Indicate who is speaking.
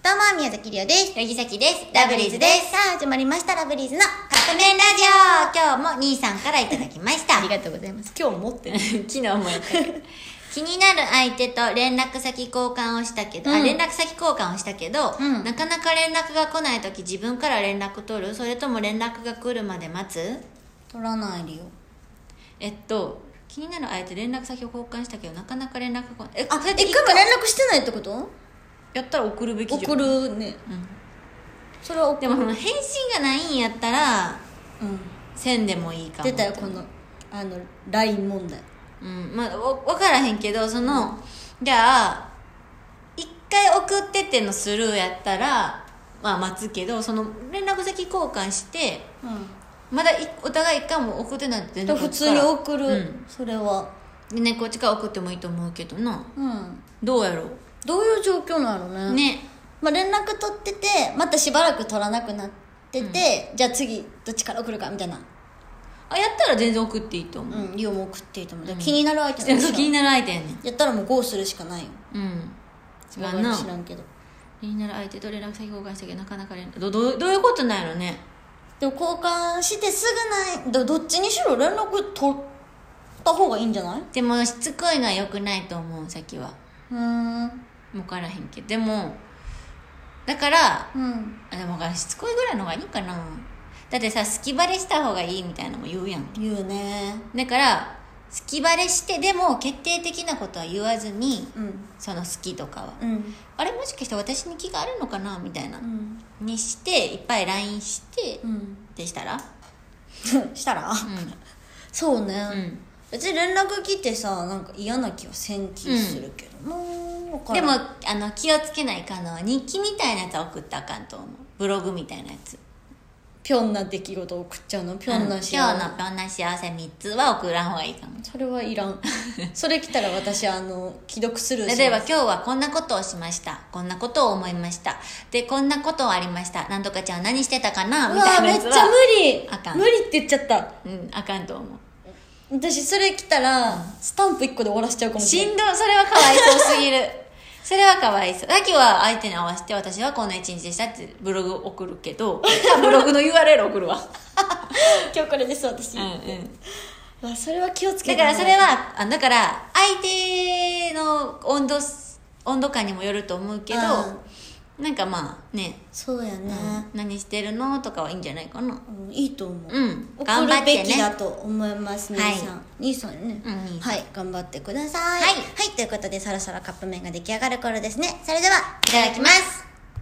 Speaker 1: どうも、宮崎りおです。
Speaker 2: ヤギサキです。ラブリーズです。
Speaker 1: さあ、始まりました、ラブリーズのカップ
Speaker 2: 麺ラジオ。今日も兄さんからいただきました。
Speaker 1: ありがとうございます。今日持ってる。
Speaker 2: 昨日もやったけど。気になる相手と連絡先交換をしたけど、連絡先交換をしたけど、なかなか連絡が来ないとき自分から連絡取る？それとも連絡が来るまで待つ？
Speaker 1: 取らないでよ。
Speaker 2: 気になる相手連絡先を交換したけどなかなか連絡が来ない。
Speaker 1: 一回も連絡してないってこと？
Speaker 2: やったら送るべきじゃん。
Speaker 1: 送るね。それは送る。
Speaker 2: でもその返信がないんやったら、せんでもいいかも。
Speaker 1: 出たよ、このLINE 問題。
Speaker 2: まあ分からへんけど、じゃあ一回送ってってのスルーやったらまあ待つけど、その連絡先交換して、まだお互い一回も送ってないって
Speaker 1: 普通に送る、それは
Speaker 2: ね、こっちから送ってもいいと思うけどな。どうやろう。
Speaker 1: どういう状況なのね。まあ、連絡取っててまたしばらく取らなくなってて、じゃあ次どっちから送るかみたいな。
Speaker 2: やったら全然送っていいと思う。
Speaker 1: リオも送っていいと思う。気になる相手なんでしょ。
Speaker 2: 気になる相手やねん。
Speaker 1: やったらもう GO するしかないよ。
Speaker 2: 知らんな。
Speaker 1: 知らんけど。
Speaker 2: 気になる相手と連絡先交換したけどなかなか連絡どういうことなんやろね。
Speaker 1: でも交換してすぐない。どっちにしろ連絡取った方がいいんじゃない？
Speaker 2: でもしつこいのは良くないと思う。先は分からへんけど、でもだから、でもしつこいぐらいの方がいいかな。だってさ、好きバレした方がいいみたいなのも言うやん。
Speaker 1: 言うね。
Speaker 2: だから好きバレしてでも決定的なことは言わずに、その好きとかは、あれもしかして私に気があるのかなみたいな、にしていっぱい LINE して、でしたら
Speaker 1: したら、そうね、別に連絡来てさ、なんか嫌な気はせん気するけど、
Speaker 2: でも気をつけないかんのは日記みたいなやつは送ったらあかんと思う。ブログみたいなやつ。
Speaker 1: ぴょんな出来事を送っちゃうの。ぴょんな幸せ、
Speaker 2: 今日のぴょんな幸せ3つは送らん方がいいかも。
Speaker 1: それはいらん。それ来たら私既読するし。
Speaker 2: 例えば今日はこんなことをしました、こんなことを思いました、でこんなことありました、なんとかちゃんは何してたかなみたいなやつは
Speaker 1: めっちゃ無理。
Speaker 2: あかん。
Speaker 1: 無理って言っちゃった。
Speaker 2: あかんと思う。
Speaker 1: 私それ来たら、スタンプ1個で終わらしちゃうかもしれない。
Speaker 2: しんどい。それはかわいそうすぎる。それはかわいそう。さっきは相手に合わせて私はこんな一日でしたってブログ送るけど、ブログの URL 送るわ。
Speaker 1: 今日これです私。それは気をつけて。
Speaker 2: だからそれはだから相手の温度感にもよると思うけど、なんかまあね。
Speaker 1: そうやね。
Speaker 2: 何してるのとかはいいんじゃないかな。
Speaker 1: いいと思う。
Speaker 2: 頑張ってね。
Speaker 1: 送るべきだと思いますね。兄さんね。はい、頑張ってください。はい、ということでそろそろカップ麺が出来上がる頃ですね。それではい
Speaker 2: ただきます。